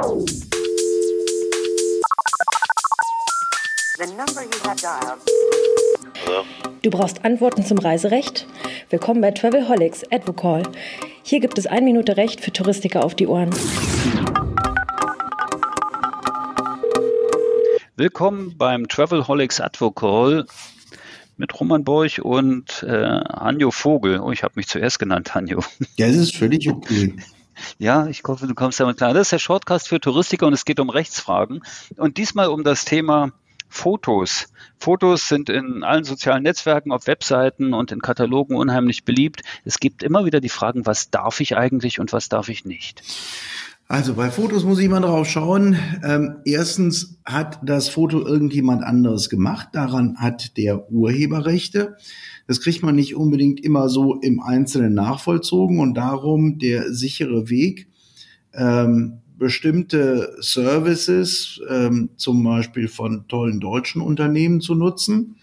Du brauchst Antworten zum Reiserecht? Willkommen bei Travelholics Advocall. Hier gibt es 1 Minute Recht für Touristiker auf die Ohren. Willkommen beim Travelholics Advocall mit Roman Borch und Hanjo Vogel. Oh, ich habe mich zuerst genannt, Hanjo. Ja, es ist völlig okay. Ja, ich hoffe, du kommst damit klar. Das ist der Shortcast für Touristiker und es geht um Rechtsfragen. Und diesmal um das Thema Fotos. Fotos sind in allen sozialen Netzwerken, auf Webseiten und in Katalogen unheimlich beliebt. Es gibt immer wieder die Fragen, was darf ich eigentlich und was darf ich nicht? Also bei Fotos muss ich mal drauf schauen. Erstens hat das Foto irgendjemand anderes gemacht. Daran hat der Urheber Rechte. Das kriegt man nicht unbedingt immer so im Einzelnen nachvollzogen und darum der sichere Weg, bestimmte Services, zum Beispiel von tollen deutschen Unternehmen zu nutzen,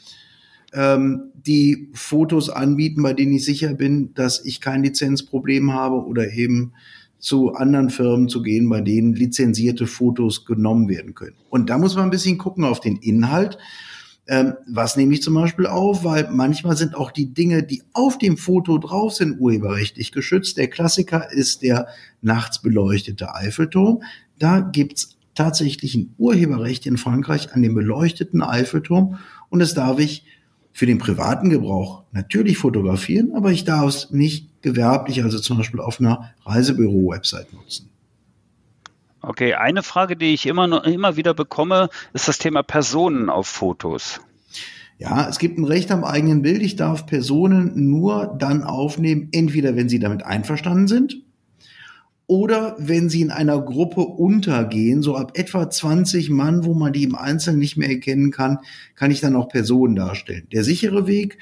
die Fotos anbieten, bei denen ich sicher bin, dass ich kein Lizenzproblem habe, oder eben zu anderen Firmen zu gehen, bei denen lizenzierte Fotos genommen werden können. Und da muss man ein bisschen gucken auf den Inhalt. Was nehme ich zum Beispiel auf? Weil manchmal sind auch die Dinge, die auf dem Foto drauf sind, urheberrechtlich geschützt. Der Klassiker ist der nachts beleuchtete Eiffelturm. Da gibt's tatsächlich ein Urheberrecht in Frankreich an dem beleuchteten Eiffelturm. Und das darf ich für den privaten Gebrauch natürlich fotografieren, aber ich darf es nicht gewerblich, also zum Beispiel auf einer Reisebüro-Website nutzen. Okay, eine Frage, die ich immer wieder bekomme, ist das Thema Personen auf Fotos. Ja, es gibt ein Recht am eigenen Bild. Ich darf Personen nur dann aufnehmen, entweder wenn sie damit einverstanden sind oder wenn sie in einer Gruppe untergehen, so ab etwa 20 Mann, wo man die im Einzelnen nicht mehr erkennen kann, kann ich dann auch Personen darstellen. Der sichere Weg,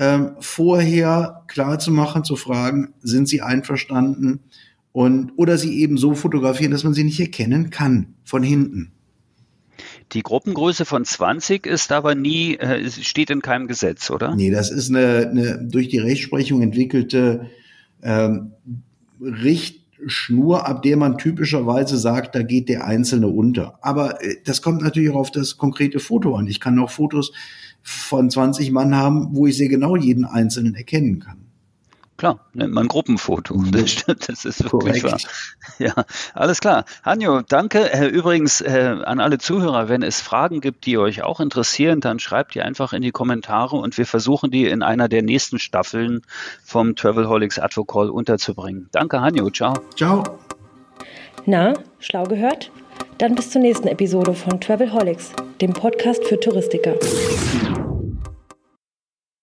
vorher klar zu machen, zu fragen, sind sie einverstanden? Oder sie eben so fotografieren, dass man sie nicht erkennen kann von hinten. Die Gruppengröße von 20 ist aber steht in keinem Gesetz, oder? Nee, das ist eine durch die Rechtsprechung entwickelte Richtschnur, ab der man typischerweise sagt, da geht der Einzelne unter. Aber das kommt natürlich auch auf das konkrete Foto an. Ich kann auch Fotos von 20 Mann haben, wo ich sehr genau jeden Einzelnen erkennen kann. Klar, nennt man Gruppenfoto. Das stimmt, das ist wirklich wahr. Ja, alles klar. Hanjo, danke. Übrigens an alle Zuhörer, wenn es Fragen gibt, die euch auch interessieren, dann schreibt die einfach in die Kommentare und wir versuchen die in einer der nächsten Staffeln vom Travelholics Advocall unterzubringen. Danke, Hanjo. Ciao. Ciao. Na, schlau gehört? Dann bis zur nächsten Episode von Travelholics, dem Podcast für Touristiker.